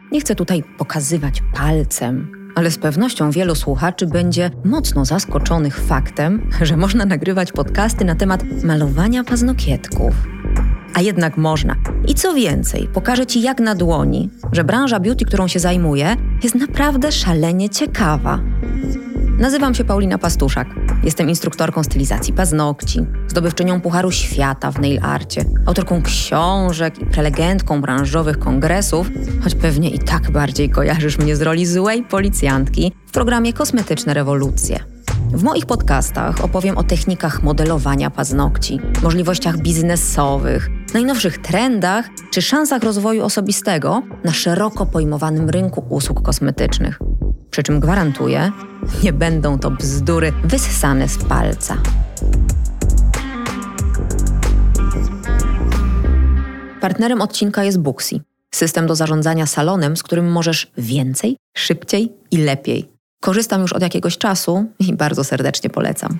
Nie chcę tutaj pokazywać palcem, ale z pewnością wielu słuchaczy będzie mocno zaskoczonych faktem, że można nagrywać podcasty na temat malowania paznokietków. A jednak można. I co więcej, pokażę Ci jak na dłoni, że branża beauty, którą się zajmuję, jest naprawdę szalenie ciekawa. Nazywam się Paulina Pastuszak. Jestem instruktorką stylizacji paznokci, zdobywczynią Pucharu Świata w nail arcie, autorką książek i prelegentką branżowych kongresów, choć pewnie i tak bardziej kojarzysz mnie z roli złej policjantki w programie Kosmetyczne Rewolucje. W moich podcastach opowiem o technikach modelowania paznokci, możliwościach biznesowych, najnowszych trendach czy szansach rozwoju osobistego na szeroko pojmowanym rynku usług kosmetycznych. Przy czym gwarantuję, nie będą to bzdury wyssane z palca. Partnerem odcinka jest Booksy, system do zarządzania salonem, z którym możesz więcej, szybciej i lepiej. Korzystam już od jakiegoś czasu i bardzo serdecznie polecam.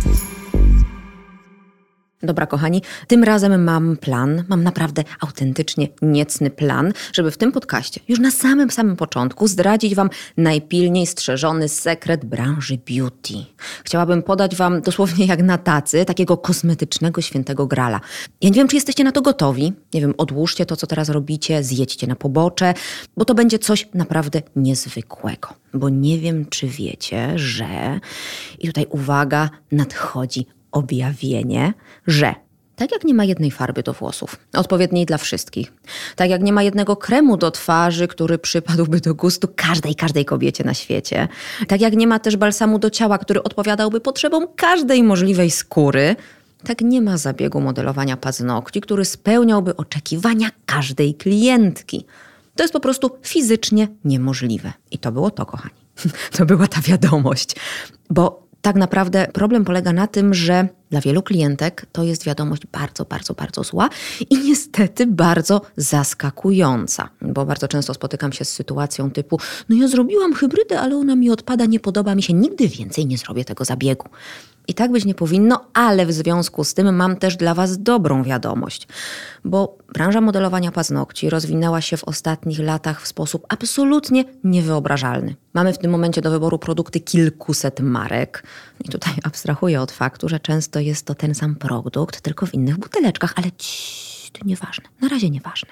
Dobra, kochani, tym razem mam naprawdę autentycznie niecny plan, żeby w tym podcaście już na samym początku zdradzić Wam najpilniej strzeżony sekret branży beauty. Chciałabym podać Wam dosłownie jak na tacy takiego kosmetycznego świętego grala. Ja nie wiem, czy jesteście na to gotowi. Nie wiem, odłóżcie to, co teraz robicie, zjedźcie na pobocze, bo to będzie coś naprawdę niezwykłego. Bo nie wiem, czy wiecie, że, i tutaj uwaga, nadchodzi objawienie, że tak jak nie ma jednej farby do włosów, odpowiedniej dla wszystkich, tak jak nie ma jednego kremu do twarzy, który przypadłby do gustu każdej kobiecie na świecie, tak jak nie ma też balsamu do ciała, który odpowiadałby potrzebom każdej możliwej skóry, tak nie ma zabiegu modelowania paznokci, który spełniałby oczekiwania każdej klientki. To jest po prostu fizycznie niemożliwe. I to było to, kochani. To była ta wiadomość. Bo tak naprawdę problem polega na tym, że dla wielu klientek to jest wiadomość bardzo zła i niestety bardzo zaskakująca. Bo bardzo często spotykam się z sytuacją typu: no ja zrobiłam hybrydę, ale ona mi odpada, nie podoba mi się, nigdy więcej nie zrobię tego zabiegu. I tak być nie powinno, ale w związku z tym mam też dla Was dobrą wiadomość. Bo branża modelowania paznokci rozwinęła się w ostatnich latach w sposób absolutnie niewyobrażalny. Mamy w tym momencie do wyboru produkty kilkuset marek. I tutaj abstrahuję od faktu, że często jest to ten sam produkt, tylko w innych buteleczkach, ale to nieważne. Na razie nieważne.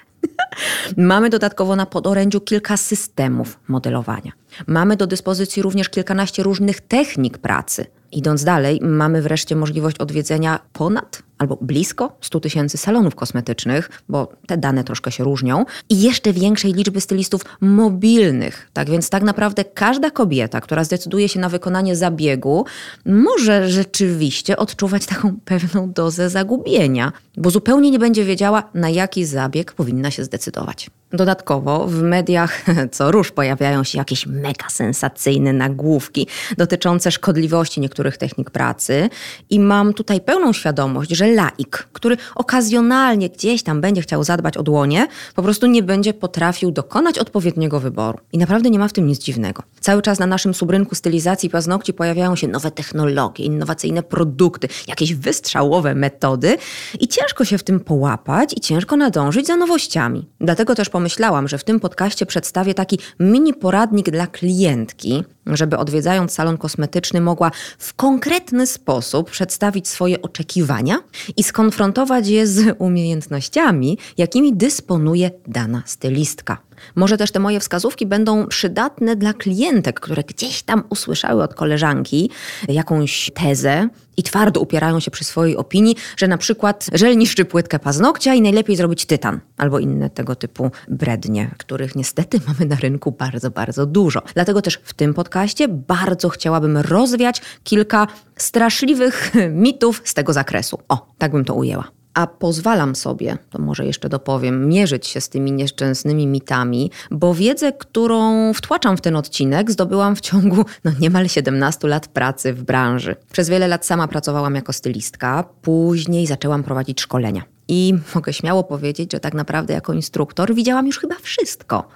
Mamy dodatkowo na podorędziu kilka systemów modelowania. Mamy do dyspozycji również kilkanaście różnych technik pracy. Idąc dalej, mamy wreszcie możliwość odwiedzenia ponad albo blisko 100 000 salonów kosmetycznych, bo te dane troszkę się różnią, i jeszcze większej liczby stylistów mobilnych. Tak więc tak naprawdę każda kobieta, która zdecyduje się na wykonanie zabiegu, może rzeczywiście odczuwać taką pewną dozę zagubienia, bo zupełnie nie będzie wiedziała, na jaki zabieg powinna się zdecydować. Dodatkowo w mediach co rusz pojawiają się jakieś mega sensacyjne nagłówki dotyczące szkodliwości niektórych technik pracy i mam tutaj pełną świadomość, że laik, który okazjonalnie gdzieś tam będzie chciał zadbać o dłonie, po prostu nie będzie potrafił dokonać odpowiedniego wyboru. I naprawdę nie ma w tym nic dziwnego. Cały czas na naszym subrynku stylizacji paznokci pojawiają się nowe technologie, innowacyjne produkty, jakieś wystrzałowe metody i ciężko się w tym połapać i ciężko nadążyć za nowościami. Dlatego też pomyślałam, że w tym podcaście przedstawię taki mini poradnik dla klientki, żeby odwiedzając salon kosmetyczny mogła w konkretny sposób przedstawić swoje oczekiwania i skonfrontować je z umiejętnościami, jakimi dysponuje dana stylistka. Może też te moje wskazówki będą przydatne dla klientek, które gdzieś tam usłyszały od koleżanki jakąś tezę i twardo upierają się przy swojej opinii, że na przykład żel niszczy płytkę paznokcia i najlepiej zrobić tytan albo inne tego typu brednie, których niestety mamy na rynku bardzo dużo. Dlatego też w tym podcaście bardzo chciałabym rozwiać kilka straszliwych mitów z tego zakresu. O, tak bym to ujęła. A pozwalam sobie, to może jeszcze dopowiem, mierzyć się z tymi nieszczęsnymi mitami, bo wiedzę, którą wtłaczam w ten odcinek, zdobyłam w ciągu niemal 17 lat pracy w branży. Przez wiele lat sama pracowałam jako stylistka, później zaczęłam prowadzić szkolenia. I mogę śmiało powiedzieć, że tak naprawdę jako instruktor widziałam już chyba wszystko.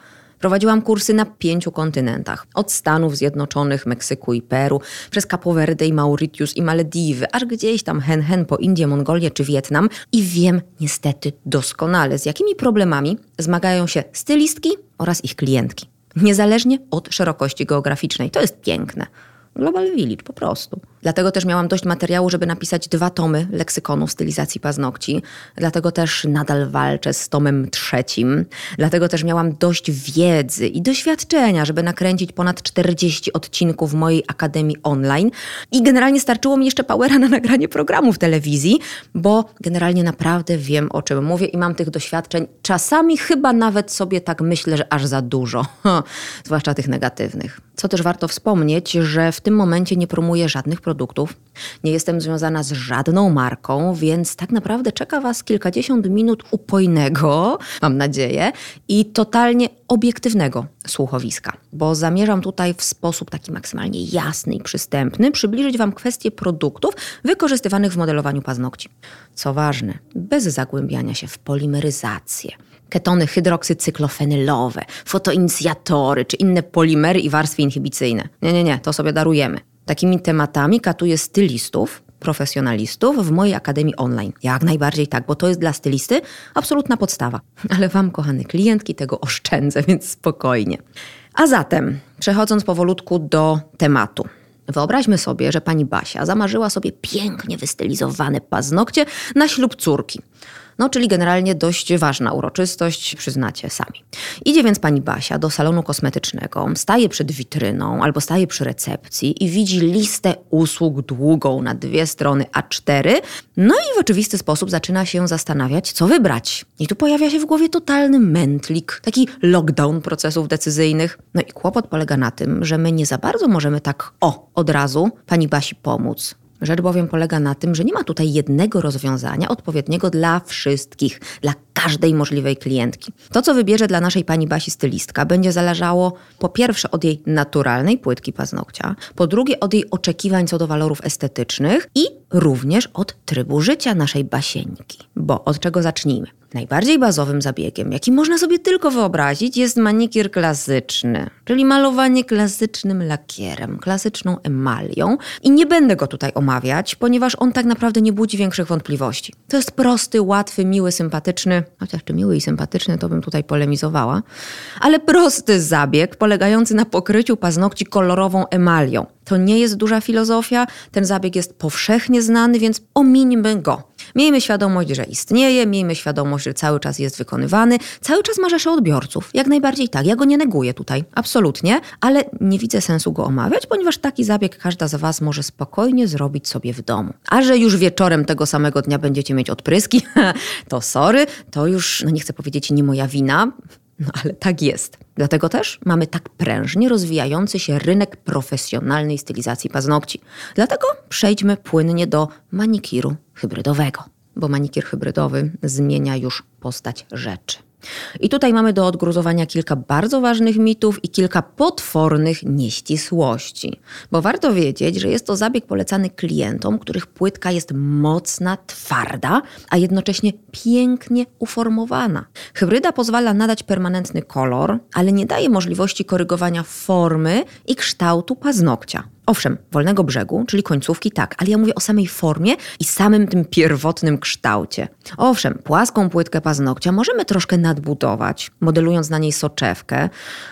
Prowadziłam kursy na 5 kontynentach. Od Stanów Zjednoczonych, Meksyku i Peru, przez Capo Verde i Mauritius i Malediwy, aż gdzieś tam hen po Indię, Mongolię czy Wietnam. I wiem niestety doskonale, z jakimi problemami zmagają się stylistki oraz ich klientki. Niezależnie od szerokości geograficznej. To jest piękne. Global Village po prostu. Dlatego też miałam dość materiału, żeby napisać 2 tomy leksykonu stylizacji paznokci. Dlatego też nadal walczę z tomem 3. Dlatego też miałam dość wiedzy i doświadczenia, żeby nakręcić ponad 40 odcinków mojej Akademii Online. I generalnie starczyło mi jeszcze powera na nagranie programu w telewizji, bo generalnie naprawdę wiem, o czym mówię i mam tych doświadczeń. Czasami chyba nawet sobie tak myślę, że aż za dużo. Zwłaszcza tych negatywnych. Co też warto wspomnieć, że w tym momencie nie promuję żadnych produktów, nie jestem związana z żadną marką, więc tak naprawdę czeka Was kilkadziesiąt minut upojnego, mam nadzieję, i totalnie obiektywnego słuchowiska, bo zamierzam tutaj w sposób taki maksymalnie jasny i przystępny przybliżyć Wam kwestie produktów wykorzystywanych w modelowaniu paznokci. Co ważne, bez zagłębiania się w polimeryzację, ketony hydroksycyklofenylowe, fotoinicjatory czy inne polimery i warstwy inhibicyjne. Nie, to sobie darujemy. Takimi tematami katuję stylistów, profesjonalistów w mojej Akademii Online. Jak najbardziej tak, bo to jest dla stylisty absolutna podstawa. Ale Wam, kochane klientki, tego oszczędzę, więc spokojnie. A zatem, przechodząc powolutku do tematu. Wyobraźmy sobie, że pani Basia zamarzyła sobie pięknie wystylizowane paznokcie na ślub córki. Czyli generalnie dość ważna uroczystość, przyznacie sami. Idzie więc pani Basia do salonu kosmetycznego, staje przed witryną albo staje przy recepcji i widzi listę usług długą na 2 strony A4. I w oczywisty sposób zaczyna się zastanawiać, co wybrać. I tu pojawia się w głowie totalny mętlik, taki lockdown procesów decyzyjnych. I kłopot polega na tym, że my nie za bardzo możemy tak od razu pani Basi pomóc. Rzecz bowiem polega na tym, że nie ma tutaj jednego rozwiązania odpowiedniego dla wszystkich, dla każdej możliwej klientki. To, co wybierze dla naszej pani Basi stylistka, będzie zależało po pierwsze od jej naturalnej płytki paznokcia, po drugie od jej oczekiwań co do walorów estetycznych i również od trybu życia naszej Basieńki. Bo od czego zacznijmy? Najbardziej bazowym zabiegiem, jaki można sobie tylko wyobrazić, jest manikir klasyczny, czyli malowanie klasycznym lakierem, klasyczną emalią. I nie będę go tutaj omawiać, ponieważ on tak naprawdę nie budzi większych wątpliwości. To jest prosty, łatwy, miły, sympatyczny, chociaż czy miły i sympatyczny, to bym tutaj polemizowała, ale prosty zabieg polegający na pokryciu paznokci kolorową emalią. To nie jest duża filozofia, ten zabieg jest powszechnie znany, więc omińmy go. Miejmy świadomość, że istnieje, miejmy świadomość, że cały czas jest wykonywany, cały czas ma rzeszę odbiorców. Jak najbardziej tak, ja go nie neguję tutaj, absolutnie, ale nie widzę sensu go omawiać, ponieważ taki zabieg każda z Was może spokojnie zrobić sobie w domu. A że już wieczorem tego samego dnia będziecie mieć odpryski, to sorry, to już, nie chcę powiedzieć nie moja wina, ale tak jest. Dlatego też mamy tak prężnie rozwijający się rynek profesjonalnej stylizacji paznokci. Dlatego przejdźmy płynnie do manikiru hybrydowego, bo manikir hybrydowy zmienia już postać rzeczy. I tutaj mamy do odgruzowania kilka bardzo ważnych mitów i kilka potwornych nieścisłości. Bo warto wiedzieć, że jest to zabieg polecany klientom, których płytka jest mocna, twarda, a jednocześnie pięknie uformowana. Hybryda pozwala nadać permanentny kolor, ale nie daje możliwości korygowania formy i kształtu paznokcia. Owszem, wolnego brzegu, czyli końcówki tak, ale ja mówię o samej formie i samym tym pierwotnym kształcie. Owszem, płaską płytkę paznokcia możemy troszkę nadbudować, modelując na niej soczewkę,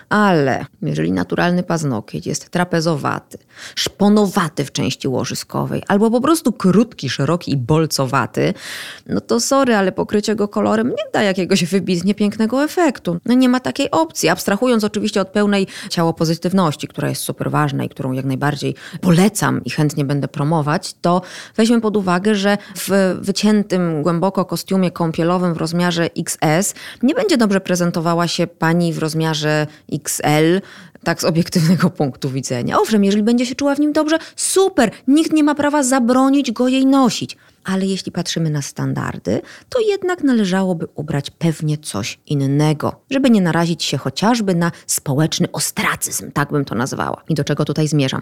ale jeżeli naturalny paznokieć jest trapezowaty, szponowaty w części łożyskowej, albo po prostu krótki, szeroki i bolcowaty, to sorry, ale pokrycie go kolorem nie da jakiegoś wybitnie pięknego efektu. Nie ma takiej opcji, abstrahując oczywiście od pełnej ciałopozytywności, która jest super ważna i którą jak najbardziej polecam i chętnie będę promować, to weźmy pod uwagę, że w wyciętym głęboko kostiumie kąpielowym w rozmiarze XS nie będzie dobrze prezentowała się pani w rozmiarze XL, tak z obiektywnego punktu widzenia. Owszem, jeżeli będzie się czuła w nim dobrze, super, nikt nie ma prawa zabronić go jej nosić. Ale jeśli patrzymy na standardy, to jednak należałoby ubrać pewnie coś innego, żeby nie narazić się chociażby na społeczny ostracyzm, tak bym to nazwała. I do czego tutaj zmierzam?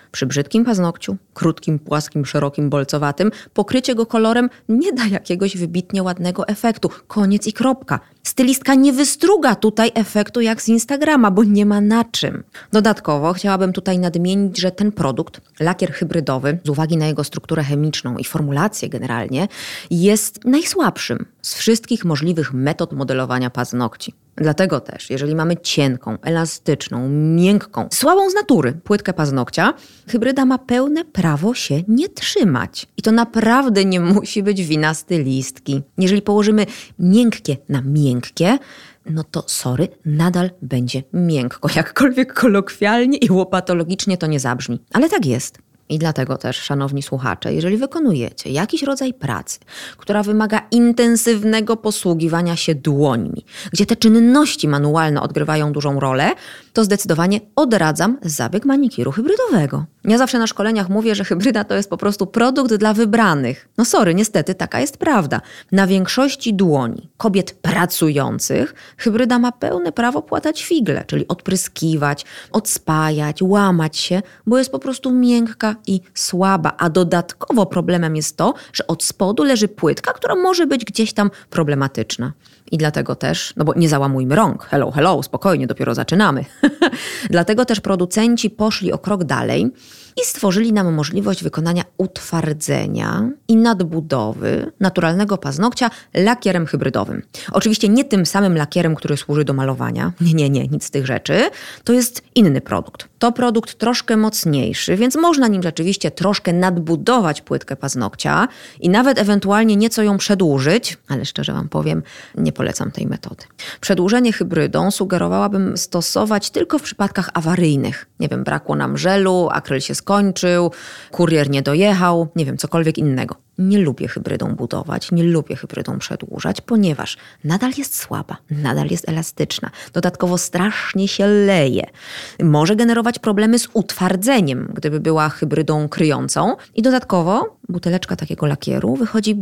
Przy brzydkim paznokciu, krótkim, płaskim, szerokim, bolcowatym, pokrycie go kolorem nie da jakiegoś wybitnie ładnego efektu. Koniec i kropka. Stylistka nie wystruga tutaj efektu jak z Instagrama, bo nie ma na czym. Dodatkowo chciałabym tutaj nadmienić, że ten produkt, lakier hybrydowy, z uwagi na jego strukturę chemiczną i formulację generalnie, jest najsłabszym z wszystkich możliwych metod modelowania paznokci. Dlatego też, jeżeli mamy cienką, elastyczną, miękką, słabą z natury płytkę paznokcia, hybryda ma pełne prawo się nie trzymać. I to naprawdę nie musi być wina stylistki. Jeżeli położymy miękkie na miękkie, no to sorry, nadal będzie miękko. Jakkolwiek kolokwialnie i łopatologicznie to nie zabrzmi. Ale tak jest. I dlatego też, szanowni słuchacze, jeżeli wykonujecie jakiś rodzaj pracy, która wymaga intensywnego posługiwania się dłońmi, gdzie te czynności manualne odgrywają dużą rolę, to zdecydowanie odradzam zabieg manikiru hybrydowego. Ja zawsze na szkoleniach mówię, że hybryda to jest po prostu produkt dla wybranych. No sorry, niestety taka jest prawda. Na większości dłoni kobiet pracujących hybryda ma pełne prawo płatać figle, czyli odpryskiwać, odspajać, łamać się, bo jest po prostu miękka i słaba, a dodatkowo problemem jest to, że od spodu leży płytka, która może być gdzieś tam problematyczna. I dlatego też, no bo nie załamujmy rąk, hello, spokojnie, dopiero zaczynamy. Dlatego też producenci poszli o krok dalej i stworzyli nam możliwość wykonania utwardzenia i nadbudowy naturalnego paznokcia lakierem hybrydowym. Oczywiście nie tym samym lakierem, który służy do malowania. Nie, nic z tych rzeczy. To jest inny produkt. To produkt troszkę mocniejszy, więc można nim rzeczywiście troszkę nadbudować płytkę paznokcia i nawet ewentualnie nieco ją przedłużyć, ale szczerze wam powiem, nie polecam tej metody. Przedłużenie hybrydą sugerowałabym stosować tylko w przypadkach awaryjnych. Nie wiem, brakło nam żelu, akryl się skończył, kurier nie dojechał, nie wiem, cokolwiek innego. Nie lubię hybrydą budować, nie lubię hybrydą przedłużać, ponieważ nadal jest słaba, nadal jest elastyczna. Dodatkowo strasznie się leje. Może generować problemy z utwardzeniem, gdyby była hybrydą kryjącą. I dodatkowo buteleczka takiego lakieru wychodzi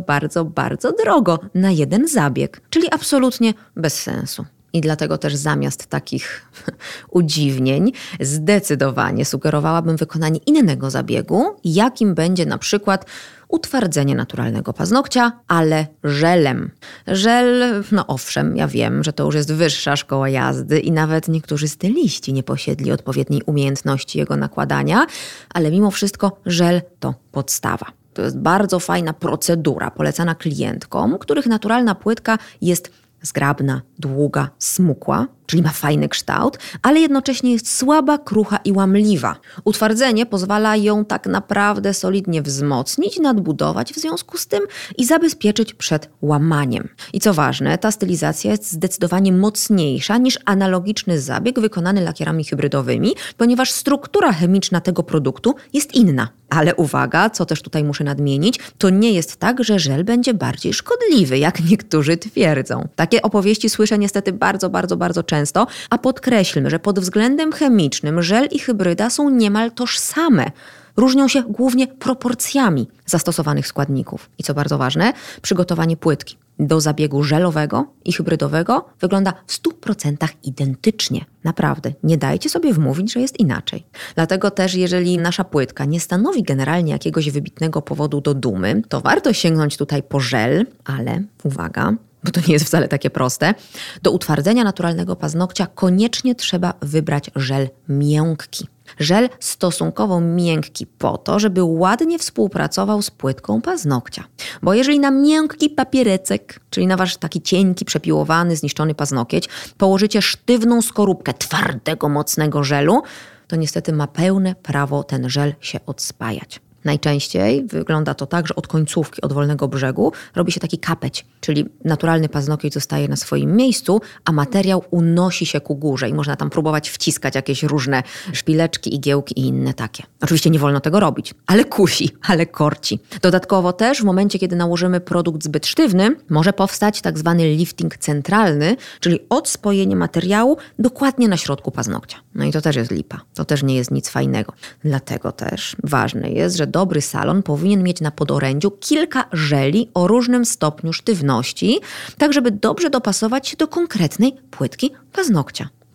bardzo drogo na jeden zabieg, czyli absolutnie bez sensu. I dlatego też zamiast takich udziwnień zdecydowanie sugerowałabym wykonanie innego zabiegu, jakim będzie na przykład utwardzenie naturalnego paznokcia, ale żelem. Żel, no owszem, ja wiem, że to już jest wyższa szkoła jazdy i nawet niektórzy styliści nie posiedli odpowiedniej umiejętności jego nakładania, ale mimo wszystko żel to podstawa. To jest bardzo fajna procedura polecana klientkom, których naturalna płytka jest zgrabna, długa, smukła, czyli ma fajny kształt, ale jednocześnie jest słaba, krucha i łamliwa. Utwardzenie pozwala ją tak naprawdę solidnie wzmocnić, nadbudować w związku z tym i zabezpieczyć przed łamaniem. I co ważne, ta stylizacja jest zdecydowanie mocniejsza niż analogiczny zabieg wykonany lakierami hybrydowymi, ponieważ struktura chemiczna tego produktu jest inna. Ale uwaga, co też tutaj muszę nadmienić, to nie jest tak, że żel będzie bardziej szkodliwy, jak niektórzy twierdzą. Takie opowieści słyszę niestety bardzo często, a podkreślmy, że pod względem chemicznym żel i hybryda są niemal tożsame. Różnią się głównie proporcjami zastosowanych składników. I co bardzo ważne, przygotowanie płytki do zabiegu żelowego i hybrydowego wygląda w 100% identycznie. Naprawdę, nie dajcie sobie wmówić, że jest inaczej. Dlatego też, jeżeli nasza płytka nie stanowi generalnie jakiegoś wybitnego powodu do dumy, to warto sięgnąć tutaj po żel, ale uwaga, bo to nie jest wcale takie proste. Do utwardzenia naturalnego paznokcia koniecznie trzeba wybrać żel miękki. Żel stosunkowo miękki po to, żeby ładnie współpracował z płytką paznokcia. Bo jeżeli na miękki papierecek, czyli na wasz taki cienki, przepiłowany, zniszczony paznokieć, położycie sztywną skorupkę twardego, mocnego żelu, to niestety ma pełne prawo ten żel się odspajać. Najczęściej wygląda to tak, że od końcówki, od wolnego brzegu robi się taki kapeć, czyli naturalny paznokieć zostaje na swoim miejscu, a materiał unosi się ku górze i można tam próbować wciskać jakieś różne szpileczki, igiełki i inne takie. Oczywiście nie wolno tego robić, ale kusi, ale korci. Dodatkowo też w momencie, kiedy nałożymy produkt zbyt sztywny, może powstać tak zwany lifting centralny, czyli odspojenie materiału dokładnie na środku paznokcia. No i to też jest lipa, to też nie jest nic fajnego. Dlatego też ważne jest, że dobry salon powinien mieć na podorędziu kilka żeli o różnym stopniu sztywności, tak żeby dobrze dopasować się do konkretnej płytki paznokcia.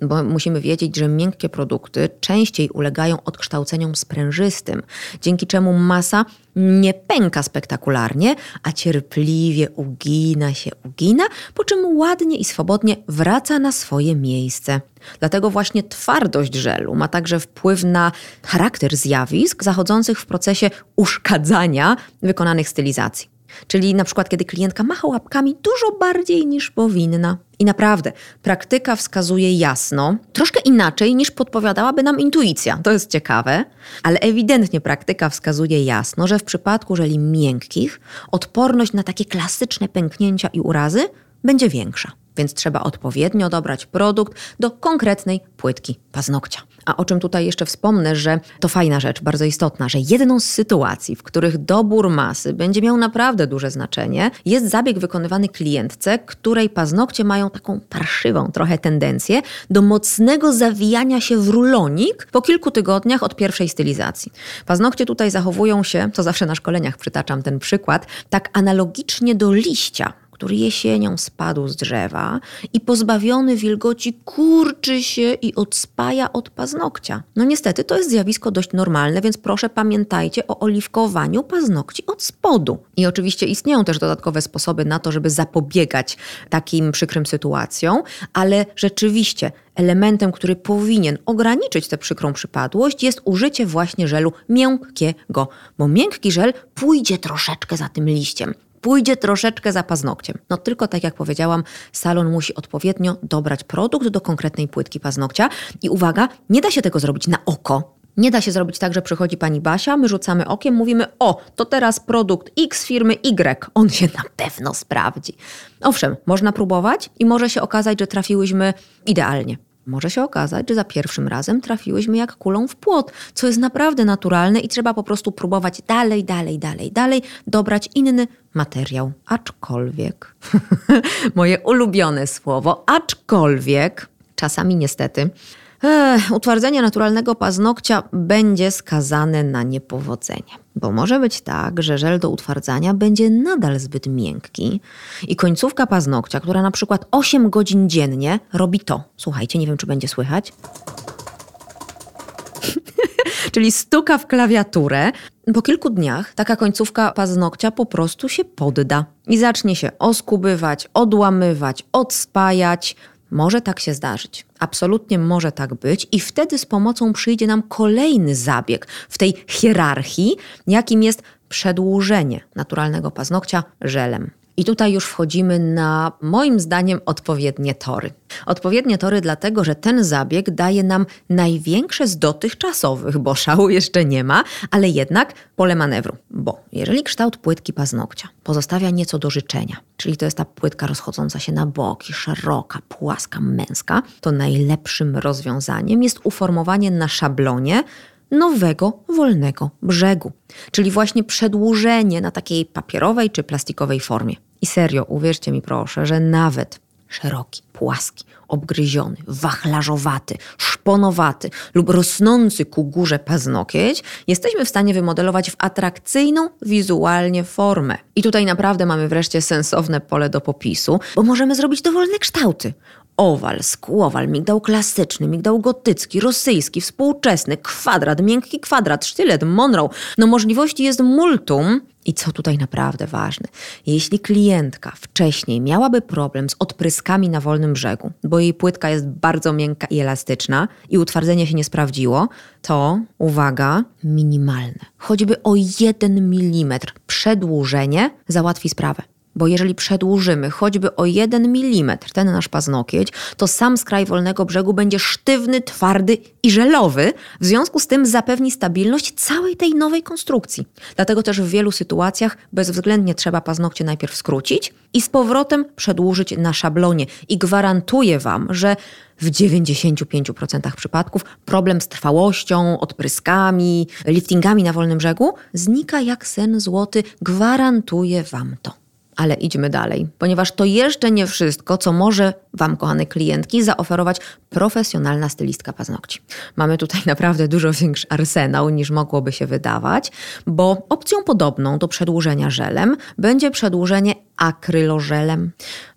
bo musimy wiedzieć, że miękkie produkty częściej ulegają odkształceniom sprężystym, dzięki czemu masa nie pęka spektakularnie, a cierpliwie ugina, po czym ładnie i swobodnie wraca na swoje miejsce. Dlatego właśnie twardość żelu ma także wpływ na charakter zjawisk zachodzących w procesie uszkadzania wykonanych stylizacji. Czyli na przykład, kiedy klientka macha łapkami dużo bardziej niż powinna. I naprawdę, praktyka wskazuje jasno, troszkę inaczej niż podpowiadałaby nam intuicja. To jest ciekawe, ale ewidentnie praktyka wskazuje jasno, że w przypadku żeli miękkich odporność na takie klasyczne pęknięcia i urazy będzie większa. Więc trzeba odpowiednio dobrać produkt do konkretnej płytki paznokcia. A o czym tutaj jeszcze wspomnę, że to fajna rzecz, bardzo istotna, że jedną z sytuacji, w których dobór masy będzie miał naprawdę duże znaczenie, jest zabieg wykonywany klientce, której paznokcie mają taką parszywą trochę tendencję do mocnego zawijania się w rulonik po kilku tygodniach od pierwszej stylizacji. Paznokcie tutaj zachowują się, co zawsze na szkoleniach przytaczam ten przykład, tak analogicznie do liścia, który jesienią spadł z drzewa i pozbawiony wilgoci kurczy się i odspaja od paznokcia. No niestety to jest zjawisko dość normalne, więc proszę pamiętajcie o oliwkowaniu paznokci od spodu. I oczywiście istnieją też dodatkowe sposoby na to, żeby zapobiegać takim przykrym sytuacjom, ale rzeczywiście elementem, który powinien ograniczyć tę przykrą przypadłość, jest użycie właśnie żelu miękkiego, bo miękki żel pójdzie troszeczkę za tym liściem. Pójdzie troszeczkę za paznokciem. No tylko tak jak powiedziałam, salon musi odpowiednio dobrać produkt do konkretnej płytki paznokcia. I uwaga, nie da się tego zrobić na oko. Nie da się zrobić tak, że przychodzi pani Basia, my rzucamy okiem, mówimy: o, to teraz produkt X firmy Y, on się na pewno sprawdzi. Owszem, można próbować i może się okazać, że trafiłyśmy idealnie. Może się okazać, że za pierwszym razem trafiłyśmy jak kulą w płot, co jest naprawdę naturalne i trzeba po prostu próbować dalej, dobrać inny materiał. Aczkolwiek, moje ulubione słowo, aczkolwiek, czasami niestety, utwardzenie naturalnego paznokcia będzie skazane na niepowodzenie. Bo może być tak, że żel do utwardzania będzie nadal zbyt miękki i końcówka paznokcia, która na przykład 8 godzin dziennie robi to. Słuchajcie, nie wiem, czy będzie słychać. Czyli stuka w klawiaturę. Po kilku dniach taka końcówka paznokcia po prostu się podda i zacznie się oskubywać, odłamywać, odspajać. Może tak się zdarzyć. Absolutnie może tak być i wtedy z pomocą przyjdzie nam kolejny zabieg w tej hierarchii, jakim jest przedłużenie naturalnego paznokcia żelem. I tutaj już wchodzimy na, moim zdaniem, odpowiednie tory. Odpowiednie tory dlatego, że ten zabieg daje nam największe z dotychczasowych, bo szału jeszcze nie ma, ale jednak pole manewru. Bo jeżeli kształt płytki paznokcia pozostawia nieco do życzenia, czyli to jest ta płytka rozchodząca się na boki, szeroka, płaska, męska, to najlepszym rozwiązaniem jest uformowanie na szablonie nowego, wolnego brzegu. Czyli właśnie przedłużenie na takiej papierowej czy plastikowej formie. I serio, uwierzcie mi proszę, że nawet szeroki, płaski, obgryziony, wachlarzowaty, szponowaty lub rosnący ku górze paznokieć jesteśmy w stanie wymodelować w atrakcyjną wizualnie formę. I tutaj naprawdę mamy wreszcie sensowne pole do popisu, bo możemy zrobić dowolne kształty. Owal, skłowal, migdał klasyczny, migdał gotycki, rosyjski, współczesny, kwadrat, miękki kwadrat, sztylet, monroe. No możliwości jest multum. I co tutaj naprawdę ważne, jeśli klientka wcześniej miałaby problem z odpryskami na wolnym brzegu, bo jej płytka jest bardzo miękka i elastyczna i utwardzenie się nie sprawdziło, to, uwaga, minimalne, choćby o 1 mm przedłużenie załatwi sprawę. Bo jeżeli przedłużymy choćby o 1 mm ten nasz paznokieć, to sam skraj wolnego brzegu będzie sztywny, twardy i żelowy. W związku z tym zapewni stabilność całej tej nowej konstrukcji. Dlatego też w wielu sytuacjach bezwzględnie trzeba paznokcie najpierw skrócić i z powrotem przedłużyć na szablonie. I gwarantuję Wam, że w 95% przypadków problem z trwałością, odpryskami, liftingami na wolnym brzegu znika jak sen złoty. Gwarantuję Wam to. Ale idźmy dalej, ponieważ to jeszcze nie wszystko, co może Wam, kochane klientki, zaoferować profesjonalna stylistka paznokci. Mamy tutaj naprawdę dużo większy arsenał niż mogłoby się wydawać, bo opcją podobną do przedłużenia żelem będzie przedłużenie akrylożelem.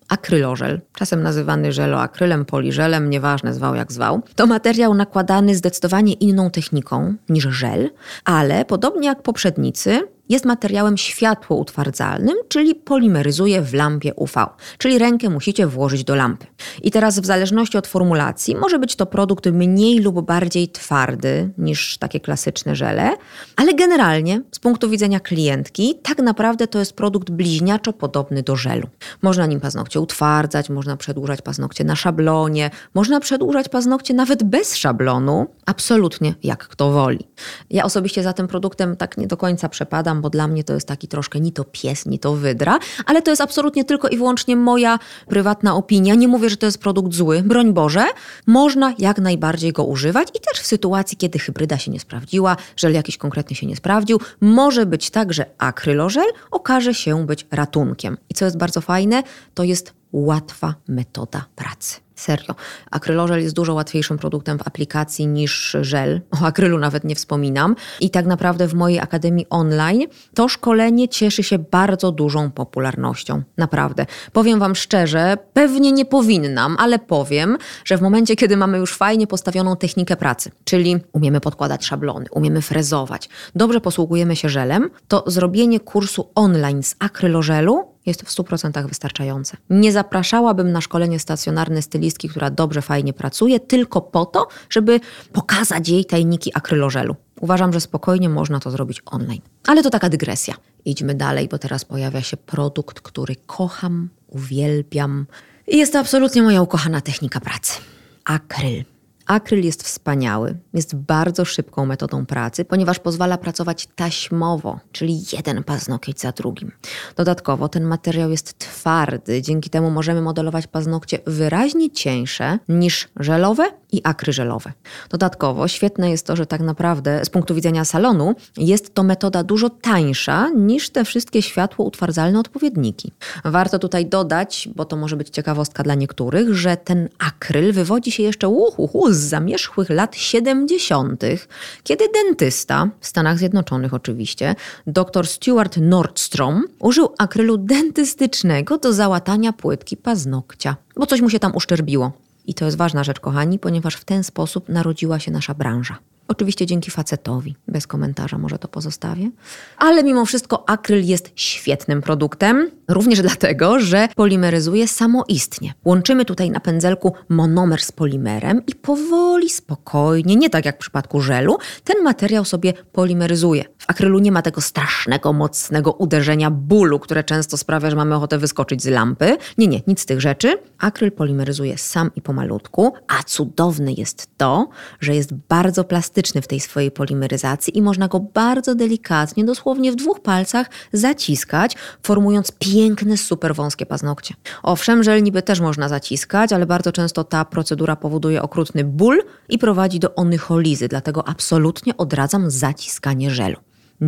Akrylożel, czasem nazywany żeloakrylem, poliżelem, nieważne, zwał jak zwał, to materiał nakładany zdecydowanie inną techniką niż żel, ale podobnie jak poprzednicy, jest materiałem światłoutwardzalnym, czyli polimeryzuje w lampie UV, czyli rękę musicie włożyć do lampy. I teraz w zależności od formulacji może być to produkt mniej lub bardziej twardy niż takie klasyczne żele, ale generalnie z punktu widzenia klientki tak naprawdę to jest produkt bliźniaczo podobny do żelu. Można nim paznokcie utwardzać, można przedłużać paznokcie na szablonie, można przedłużać paznokcie nawet bez szablonu, absolutnie jak kto woli. Ja osobiście za tym produktem tak nie do końca przepadam, bo dla mnie to jest taki troszkę ni to pies, ni to wydra, ale to jest absolutnie tylko i wyłącznie moja prywatna opinia. Nie mówię, że to jest produkt zły, broń Boże. Można jak najbardziej go używać i też w sytuacji, kiedy hybryda się nie sprawdziła, żel jakiś konkretny się nie sprawdził, może być tak, że akrylożel okaże się być ratunkiem. I co jest bardzo fajne, to jest łatwa metoda pracy. Serio. Akrylożel jest dużo łatwiejszym produktem w aplikacji niż żel. O akrylu nawet nie wspominam. I tak naprawdę w mojej akademii online to szkolenie cieszy się bardzo dużą popularnością. Naprawdę. Powiem wam szczerze, pewnie nie powinnam, ale powiem, że w momencie, kiedy mamy już fajnie postawioną technikę pracy, czyli umiemy podkładać szablony, umiemy frezować, dobrze posługujemy się żelem, to zrobienie kursu online z akrylożelu jest w 100% wystarczające. Nie zapraszałabym na szkolenie stacjonarne stylistki, która dobrze, fajnie pracuje, tylko po to, żeby pokazać jej tajniki akrylożelu. Uważam, że spokojnie można to zrobić online. Ale to taka dygresja. Idźmy dalej, bo teraz pojawia się produkt, który kocham, uwielbiam. I jest to absolutnie moja ukochana technika pracy. Akryl. Akryl jest wspaniały, jest bardzo szybką metodą pracy, ponieważ pozwala pracować taśmowo, czyli jeden paznokieć za drugim. Dodatkowo ten materiał jest twardy, dzięki temu możemy modelować paznokcie wyraźnie cieńsze niż żelowe i akryżelowe. Dodatkowo świetne jest to, że tak naprawdę z punktu widzenia salonu jest to metoda dużo tańsza niż te wszystkie światłoutwardzalne odpowiedniki. Warto tutaj dodać, bo to może być ciekawostka dla niektórych, że ten akryl wywodzi się jeszcze z zamierzchłych lat 70., kiedy dentysta, w Stanach Zjednoczonych oczywiście, dr Stuart Nordstrom użył akrylu dentystycznego do załatania płytki paznokcia, bo coś mu się tam uszczerbiło. I to jest ważna rzecz, kochani, ponieważ w ten sposób narodziła się nasza branża. Oczywiście dzięki facetowi, bez komentarza może to pozostawię. Ale mimo wszystko akryl jest świetnym produktem, również dlatego, że polimeryzuje samoistnie. Łączymy tutaj na pędzelku monomer z polimerem i powoli, spokojnie, nie tak jak w przypadku żelu, ten materiał sobie polimeryzuje. W akrylu nie ma tego strasznego, mocnego uderzenia bólu, które często sprawia, że mamy ochotę wyskoczyć z lampy. Nie, nic z tych rzeczy. Akryl polimeryzuje sam i pomalutku, a cudowne jest to, że jest bardzo plastyczny w tej swojej polimeryzacji i można go bardzo delikatnie, dosłownie w 2 palcach zaciskać, formując piękne, super wąskie paznokcie. Owszem, żel niby też można zaciskać, ale bardzo często ta procedura powoduje okrutny ból i prowadzi do onycholizy, dlatego absolutnie odradzam zaciskanie żelu.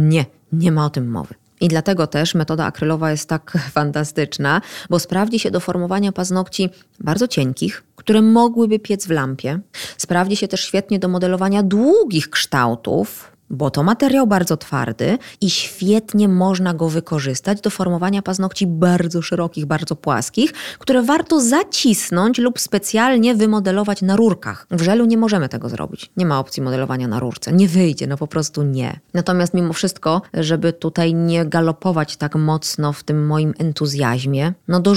Nie ma o tym mowy. I dlatego też metoda akrylowa jest tak fantastyczna, bo sprawdzi się do formowania paznokci bardzo cienkich, które mogłyby piec w lampie. Sprawdzi się też świetnie do modelowania długich kształtów, bo to materiał bardzo twardy i świetnie można go wykorzystać do formowania paznokci bardzo szerokich, bardzo płaskich, które warto zacisnąć lub specjalnie wymodelować na rurkach. W żelu nie możemy tego zrobić. Nie ma opcji modelowania na rurce. Nie wyjdzie, po prostu nie. Natomiast mimo wszystko, żeby tutaj nie galopować tak mocno w tym moim entuzjazmie,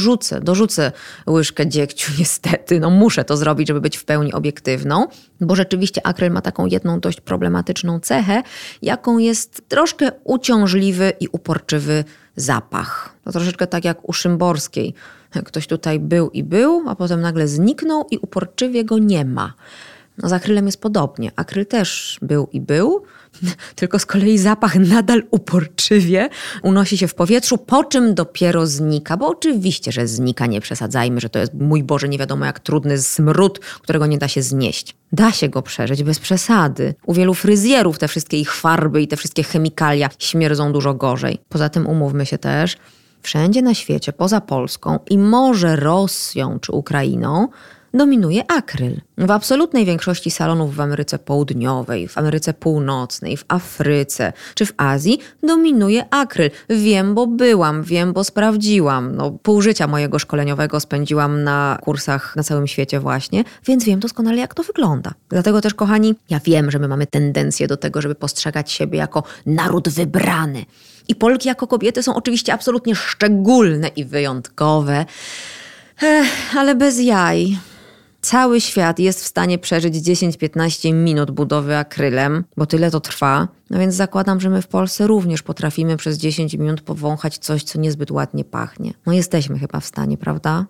dorzucę łyżkę dziegciu niestety. Muszę to zrobić, żeby być w pełni obiektywną, bo rzeczywiście akryl ma taką jedną dość problematyczną cechę, jaką jest troszkę uciążliwy i uporczywy zapach. To troszeczkę tak jak u Szymborskiej. Ktoś tutaj był, a potem nagle zniknął i uporczywie go nie ma. Z akrylem jest podobnie. Akryl też był, tylko z kolei zapach nadal uporczywie unosi się w powietrzu, po czym dopiero znika. Bo oczywiście, że znika, nie przesadzajmy, że to jest, mój Boże, nie wiadomo jak trudny smród, którego nie da się znieść. Da się go przeżyć bez przesady. U wielu fryzjerów te wszystkie ich farby i te wszystkie chemikalia śmierdzą dużo gorzej. Poza tym umówmy się też, wszędzie na świecie, poza Polską i może Rosją czy Ukrainą, dominuje akryl. W absolutnej większości salonów w Ameryce Południowej, w Ameryce Północnej, w Afryce czy w Azji dominuje akryl. Wiem, bo byłam, wiem, bo sprawdziłam. Pół życia mojego szkoleniowego spędziłam na kursach na całym świecie właśnie, więc wiem doskonale, jak to wygląda. Dlatego też, kochani, ja wiem, że my mamy tendencję do tego, żeby postrzegać siebie jako naród wybrany. I Polki jako kobiety są oczywiście absolutnie szczególne i wyjątkowe, ale bez jaj. Cały świat jest w stanie przeżyć 10-15 minut budowy akrylem, bo tyle to trwa. No więc zakładam, że my w Polsce również potrafimy przez 10 minut powąchać coś, co niezbyt ładnie pachnie. Jesteśmy chyba w stanie, prawda?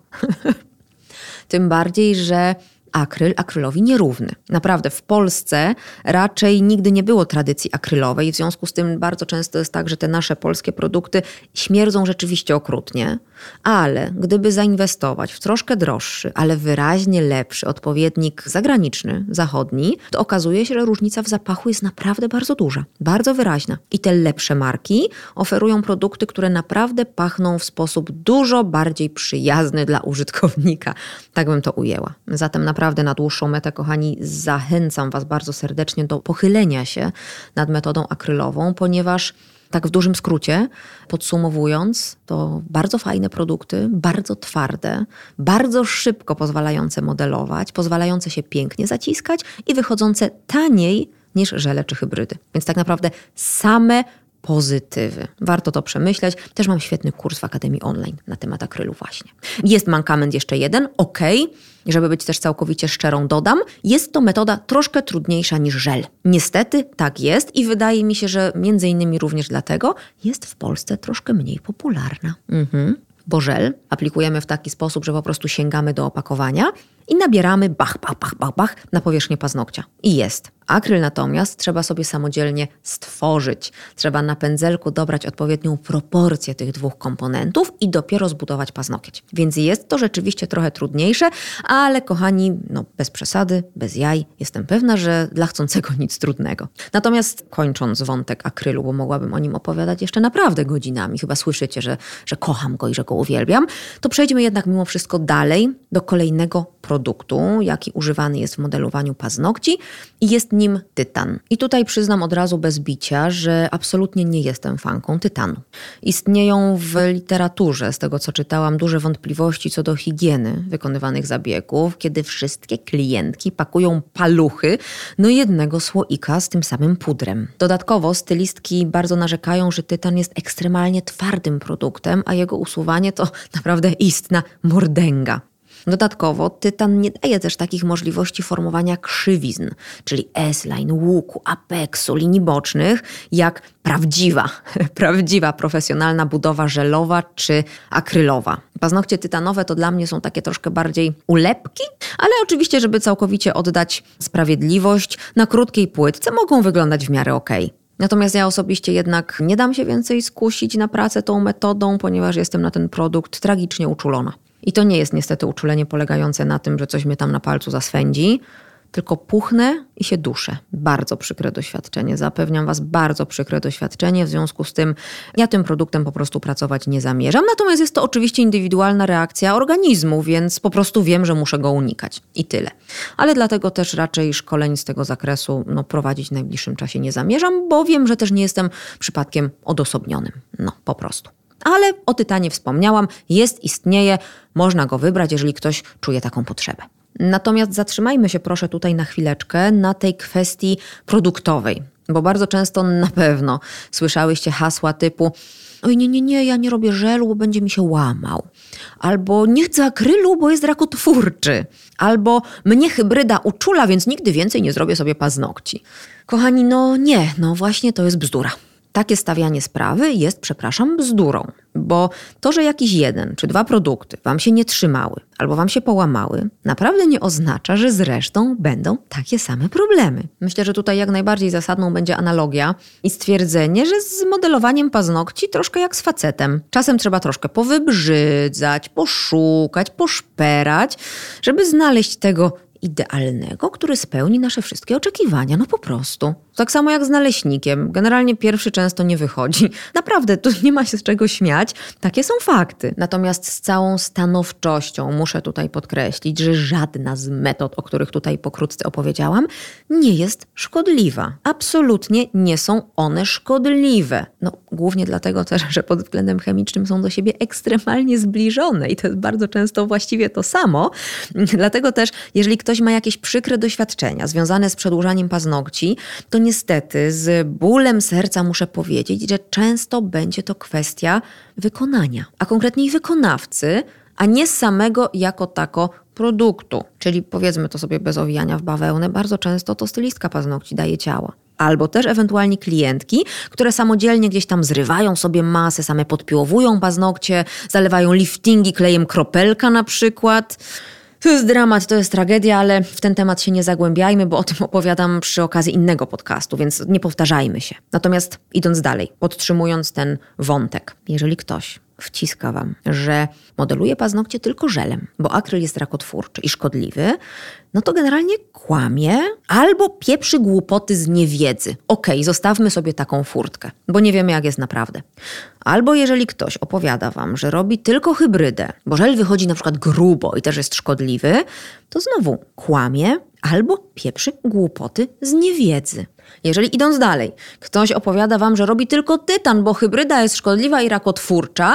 Tym bardziej, że akryl akrylowi nierówny. Naprawdę, w Polsce raczej nigdy nie było tradycji akrylowej. W związku z tym bardzo często jest tak, że te nasze polskie produkty śmierdzą rzeczywiście okrutnie. Ale gdyby zainwestować w troszkę droższy, ale wyraźnie lepszy odpowiednik zagraniczny, zachodni, to okazuje się, że różnica w zapachu jest naprawdę bardzo duża, bardzo wyraźna. I te lepsze marki oferują produkty, które naprawdę pachną w sposób dużo bardziej przyjazny dla użytkownika. Tak bym to ujęła. Zatem naprawdę na dłuższą metę, kochani, zachęcam Was bardzo serdecznie do pochylenia się nad metodą akrylową, ponieważ tak w dużym skrócie, podsumowując, to bardzo fajne produkty, bardzo twarde, bardzo szybko pozwalające modelować, pozwalające się pięknie zaciskać i wychodzące taniej niż żele czy hybrydy. Więc tak naprawdę same pozytywy. Warto to przemyśleć. Też mam świetny kurs w Akademii Online na temat akrylu właśnie. Jest mankament jeszcze jeden, żeby być też całkowicie szczerą, dodam, jest to metoda troszkę trudniejsza niż żel. Niestety tak jest i wydaje mi się, że między innymi również dlatego jest w Polsce troszkę mniej popularna. Bo żel aplikujemy w taki sposób, że po prostu sięgamy do opakowania i nabieramy bach na powierzchnię paznokcia. I jest. Akryl natomiast trzeba sobie samodzielnie stworzyć. Trzeba na pędzelku dobrać odpowiednią proporcję tych dwóch komponentów i dopiero zbudować paznokieć. Więc jest to rzeczywiście trochę trudniejsze, ale kochani, bez przesady, bez jaj, jestem pewna, że dla chcącego nic trudnego. Natomiast kończąc wątek akrylu, bo mogłabym o nim opowiadać jeszcze naprawdę godzinami, chyba słyszycie, że kocham go i że go uwielbiam, to przejdźmy jednak mimo wszystko dalej do kolejnego produktu, jaki używany jest w modelowaniu paznokci i jest nim tytan. I tutaj przyznam od razu bez bicia, że absolutnie nie jestem fanką tytanu. Istnieją w literaturze, z tego co czytałam, duże wątpliwości co do higieny wykonywanych zabiegów, kiedy wszystkie klientki pakują paluchy jednego słoika z tym samym pudrem. Dodatkowo stylistki bardzo narzekają, że tytan jest ekstremalnie twardym produktem, a jego usuwanie to naprawdę istna mordęga. Dodatkowo tytan nie daje też takich możliwości formowania krzywizn, czyli S-line, łuku, apeksu, linii bocznych, jak prawdziwa profesjonalna budowa żelowa czy akrylowa. Paznokcie tytanowe to dla mnie są takie troszkę bardziej ulepki, ale oczywiście, żeby całkowicie oddać sprawiedliwość, na krótkiej płytce mogą wyglądać w miarę okej. Natomiast ja osobiście jednak nie dam się więcej skusić na pracę tą metodą, ponieważ jestem na ten produkt tragicznie uczulona. I to nie jest niestety uczulenie polegające na tym, że coś mnie tam na palcu zaswędzi, tylko puchnę i się duszę. Bardzo przykre doświadczenie, zapewniam Was, bardzo przykre doświadczenie. W związku z tym ja tym produktem po prostu pracować nie zamierzam. Natomiast jest to oczywiście indywidualna reakcja organizmu, więc po prostu wiem, że muszę go unikać. I tyle. Ale dlatego też raczej szkoleń z tego zakresu prowadzić w najbliższym czasie nie zamierzam, bo wiem, że też nie jestem przypadkiem odosobnionym. Po prostu. Ale o tytanie wspomniałam, istnieje, można go wybrać, jeżeli ktoś czuje taką potrzebę. Natomiast zatrzymajmy się proszę tutaj na chwileczkę na tej kwestii produktowej, bo bardzo często na pewno słyszałyście hasła typu oj nie, ja nie robię żelu, bo będzie mi się łamał. Albo nie chcę akrylu, bo jest rakotwórczy. Albo mnie hybryda uczula, więc nigdy więcej nie zrobię sobie paznokci. Kochani, nie, właśnie to jest bzdura. Takie stawianie sprawy jest, bzdurą. Bo to, że jakiś jeden czy dwa produkty Wam się nie trzymały albo Wam się połamały, naprawdę nie oznacza, że z resztą będą takie same problemy. Myślę, że tutaj jak najbardziej zasadną będzie analogia i stwierdzenie, że z modelowaniem paznokci troszkę jak z facetem. Czasem trzeba troszkę powybrzydzać, poszukać, poszperać, żeby znaleźć tego idealnego, który spełni nasze wszystkie oczekiwania. No po prostu. Tak samo jak z naleśnikiem. Generalnie pierwszy często nie wychodzi. Naprawdę, tu nie ma się z czego śmiać. Takie są fakty. Natomiast z całą stanowczością muszę tutaj podkreślić, że żadna z metod, o których tutaj pokrótce opowiedziałam, nie jest szkodliwa. Absolutnie nie są one szkodliwe. No, głównie dlatego też, że pod względem chemicznym są do siebie ekstremalnie zbliżone i to jest bardzo często właściwie to samo. Dlatego też, jeżeli ktoś ma jakieś przykre doświadczenia związane z przedłużaniem paznokci, to niestety z bólem serca muszę powiedzieć, że często będzie to kwestia wykonania, a konkretniej wykonawcy, a nie samego jako tako produktu. Czyli powiedzmy to sobie bez owijania w bawełnę, bardzo często to stylistka paznokci daje ciała. Albo też ewentualnie klientki, które samodzielnie gdzieś tam zrywają sobie masę, same podpiłowują paznokcie, zalewają liftingi klejem kropelka na przykład. To jest dramat, to jest tragedia, ale w ten temat się nie zagłębiajmy, bo o tym opowiadam przy okazji innego podcastu, więc nie powtarzajmy się. Natomiast idąc dalej, podtrzymując ten wątek, jeżeli ktoś wciska wam, że modeluje paznokcie tylko żelem, bo akryl jest rakotwórczy i szkodliwy, no to generalnie kłamie albo pieprzy głupoty z niewiedzy. Okej, zostawmy sobie taką furtkę, bo nie wiemy jak jest naprawdę. Albo jeżeli ktoś opowiada wam, że robi tylko hybrydę, bo żel wychodzi na przykład grubo i też jest szkodliwy, to znowu kłamie albo pieprzy głupoty z niewiedzy. Jeżeli idąc dalej, ktoś opowiada wam, że robi tylko tytan, bo hybryda jest szkodliwa i rakotwórcza,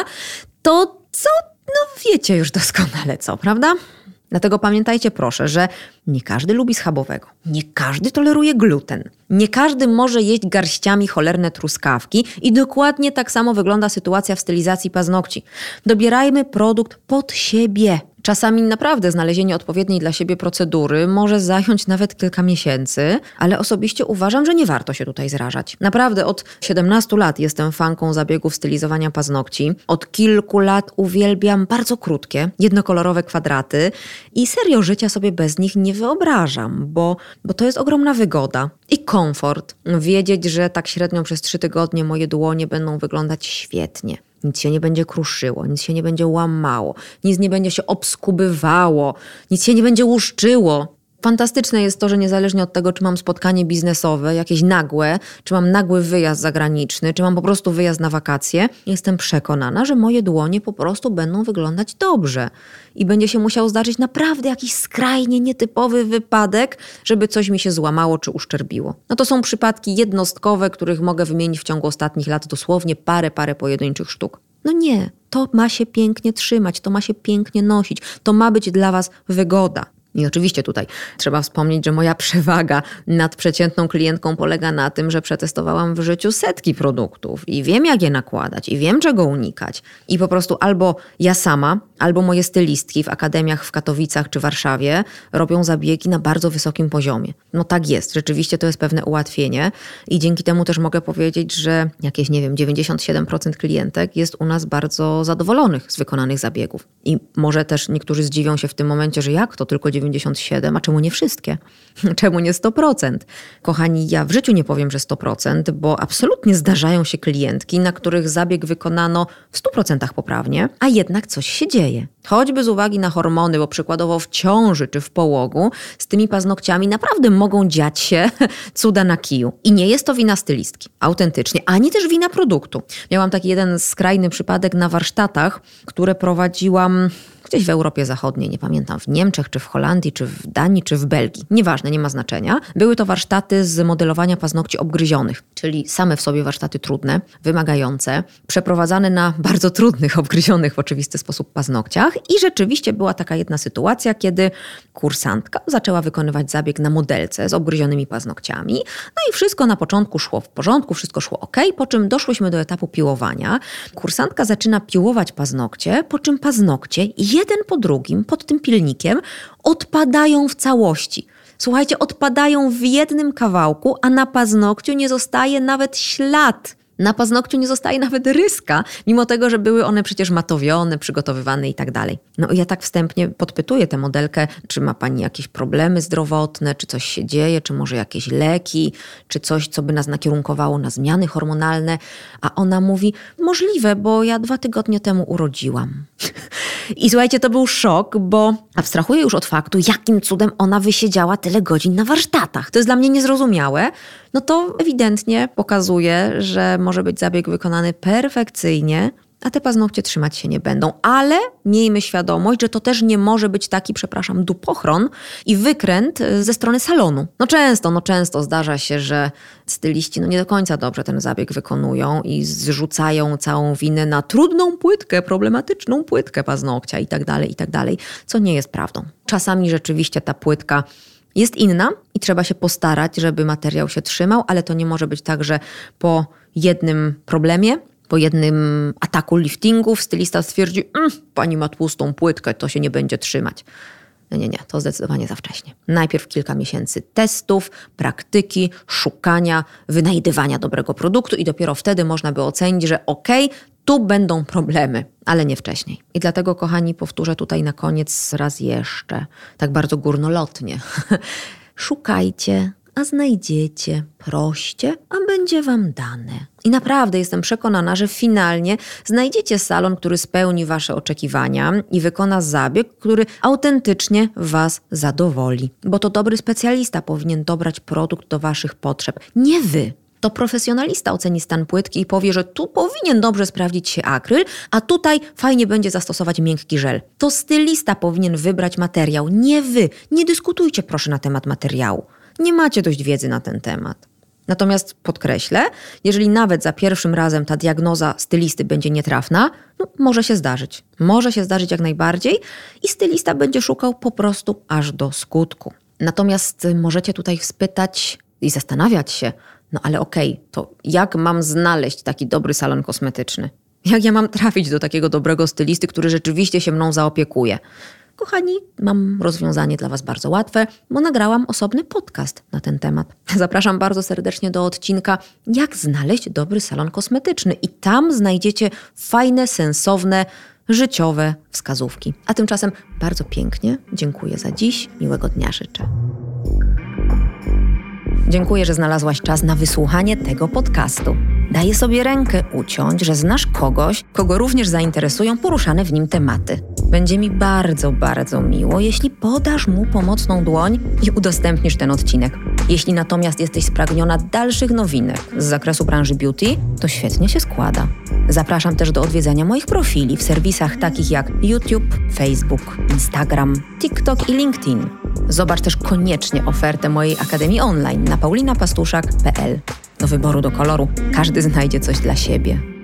to co? No wiecie już doskonale co, prawda? Dlatego pamiętajcie proszę, że nie każdy lubi schabowego, nie każdy toleruje gluten, nie każdy może jeść garściami cholerne truskawki i dokładnie tak samo wygląda sytuacja w stylizacji paznokci. Dobierajmy produkt pod siebie. Czasami naprawdę znalezienie odpowiedniej dla siebie procedury może zająć nawet kilka miesięcy, ale osobiście uważam, że nie warto się tutaj zrażać. Naprawdę od 17 lat jestem fanką zabiegów stylizowania paznokci. Od kilku lat uwielbiam bardzo krótkie, jednokolorowe kwadraty i serio życia sobie bez nich nie wyobrażam, bo to jest ogromna wygoda i komfort. Wiedzieć, że tak średnio przez 3 tygodnie moje dłonie będą wyglądać świetnie. Nic się nie będzie kruszyło, nic się nie będzie łamało, nic nie będzie się obskubywało, nic się nie będzie łuszczyło. Fantastyczne jest to, że niezależnie od tego, czy mam spotkanie biznesowe, jakieś nagłe, czy mam nagły wyjazd zagraniczny, czy mam po prostu wyjazd na wakacje, jestem przekonana, że moje dłonie po prostu będą wyglądać dobrze. I będzie się musiał zdarzyć naprawdę jakiś skrajnie nietypowy wypadek, żeby coś mi się złamało czy uszczerbiło. No to są przypadki jednostkowe, których mogę wymienić w ciągu ostatnich lat dosłownie parę pojedynczych sztuk. No nie, to ma się pięknie trzymać, to ma się pięknie nosić, to ma być dla was wygoda. I oczywiście tutaj trzeba wspomnieć, że moja przewaga nad przeciętną klientką polega na tym, że przetestowałam w życiu setki produktów i wiem jak je nakładać i wiem czego unikać. I po prostu albo ja sama, albo moje stylistki w akademiach w Katowicach czy Warszawie robią zabiegi na bardzo wysokim poziomie. No tak jest, rzeczywiście to jest pewne ułatwienie i dzięki temu też mogę powiedzieć, że jakieś 97% klientek jest u nas bardzo zadowolonych z wykonanych zabiegów. I może też niektórzy zdziwią się w tym momencie, że jak to tylko 97, a czemu nie wszystkie? Czemu nie 100%? Kochani, ja w życiu nie powiem, że 100%, bo absolutnie zdarzają się klientki, na których zabieg wykonano w 100% poprawnie, a jednak coś się dzieje. Choćby z uwagi na hormony, bo przykładowo w ciąży czy w połogu z tymi paznokciami naprawdę mogą dziać się cuda na kiju. I nie jest to wina stylistki, autentycznie, ani też wina produktu. Miałam taki jeden skrajny przypadek na warsztatach, które prowadziłam gdzieś w Europie Zachodniej, nie pamiętam, w Niemczech, czy w Holandii, czy w Danii, czy w Belgii. Nieważne, nie ma znaczenia. Były to warsztaty z modelowania paznokci obgryzionych, czyli same w sobie warsztaty trudne, wymagające, przeprowadzane na bardzo trudnych, obgryzionych w oczywisty sposób paznokciach. I rzeczywiście była taka jedna sytuacja, kiedy kursantka zaczęła wykonywać zabieg na modelce z obgryzionymi paznokciami. No i wszystko na początku szło w porządku, wszystko szło ok, po czym doszłyśmy do etapu piłowania. Kursantka zaczyna piłować paznokcie, po czym paznokcie jeden po drugim pod tym pilnikiem odpadają w całości. Słuchajcie, odpadają w jednym kawałku, a na paznokciu nie zostaje nawet ślad. Na paznokciu nie zostaje nawet ryska, mimo tego, że były one przecież matowione, przygotowywane i tak dalej. No ja tak wstępnie podpytuję tę modelkę, czy ma pani jakieś problemy zdrowotne, czy coś się dzieje, czy może jakieś leki, czy coś, co by nas nakierunkowało na zmiany hormonalne. A ona mówi, możliwe, bo ja 2 tygodnie temu urodziłam. I słuchajcie, to był szok, bo abstrahuję już od faktu, jakim cudem ona wysiedziała tyle godzin na warsztatach. To jest dla mnie niezrozumiałe. No to ewidentnie pokazuje, że może być zabieg wykonany perfekcyjnie, a te paznokcie trzymać się nie będą. Ale miejmy świadomość, że to też nie może być taki, dupochron i wykręt ze strony salonu. Często zdarza się, że styliści nie do końca dobrze ten zabieg wykonują i zrzucają całą winę na trudną płytkę, problematyczną płytkę paznokcia i tak dalej, co nie jest prawdą. Czasami rzeczywiście ta płytka jest inna i trzeba się postarać, żeby materiał się trzymał, ale to nie może być tak, że po jednym problemie, po jednym ataku liftingów stylista stwierdzi, pani ma tłustą płytkę, to się nie będzie trzymać. Nie, to zdecydowanie za wcześnie. Najpierw kilka miesięcy testów, praktyki, szukania, wynajdywania dobrego produktu i dopiero wtedy można by ocenić, że tu będą problemy, ale nie wcześniej. I dlatego, kochani, powtórzę tutaj na koniec raz jeszcze, tak bardzo górnolotnie. Szukajcie, a znajdziecie, proście, a będzie wam dane. I naprawdę jestem przekonana, że finalnie znajdziecie salon, który spełni wasze oczekiwania i wykona zabieg, który autentycznie was zadowoli. Bo to dobry specjalista powinien dobrać produkt do waszych potrzeb, nie wy. To profesjonalista oceni stan płytki i powie, że tu powinien dobrze sprawdzić się akryl, a tutaj fajnie będzie zastosować miękki żel. To stylista powinien wybrać materiał, nie wy. Nie dyskutujcie proszę na temat materiału. Nie macie dość wiedzy na ten temat. Natomiast podkreślę, jeżeli nawet za pierwszym razem ta diagnoza stylisty będzie nietrafna, może się zdarzyć. Może się zdarzyć jak najbardziej i stylista będzie szukał po prostu aż do skutku. Natomiast możecie tutaj spytać i zastanawiać się, ale to jak mam znaleźć taki dobry salon kosmetyczny? Jak ja mam trafić do takiego dobrego stylisty, który rzeczywiście się mną zaopiekuje? Kochani, mam rozwiązanie dla was bardzo łatwe, bo nagrałam osobny podcast na ten temat. Zapraszam bardzo serdecznie do odcinka Jak znaleźć dobry salon kosmetyczny i tam znajdziecie fajne, sensowne, życiowe wskazówki. A tymczasem bardzo pięknie dziękuję za dziś, miłego dnia życzę. Dziękuję, że znalazłaś czas na wysłuchanie tego podcastu. Daję sobie rękę uciąć, że znasz kogoś, kogo również zainteresują poruszane w nim tematy. Będzie mi bardzo, bardzo miło, jeśli podasz mu pomocną dłoń i udostępnisz ten odcinek. Jeśli natomiast jesteś spragniona dalszych nowinek z zakresu branży beauty, to świetnie się składa. Zapraszam też do odwiedzania moich profili w serwisach takich jak YouTube, Facebook, Instagram, TikTok i LinkedIn. Zobacz też koniecznie ofertę mojej Akademii Online na paulinapastuszak.pl. Do wyboru, do koloru, każdy znajdzie coś dla siebie.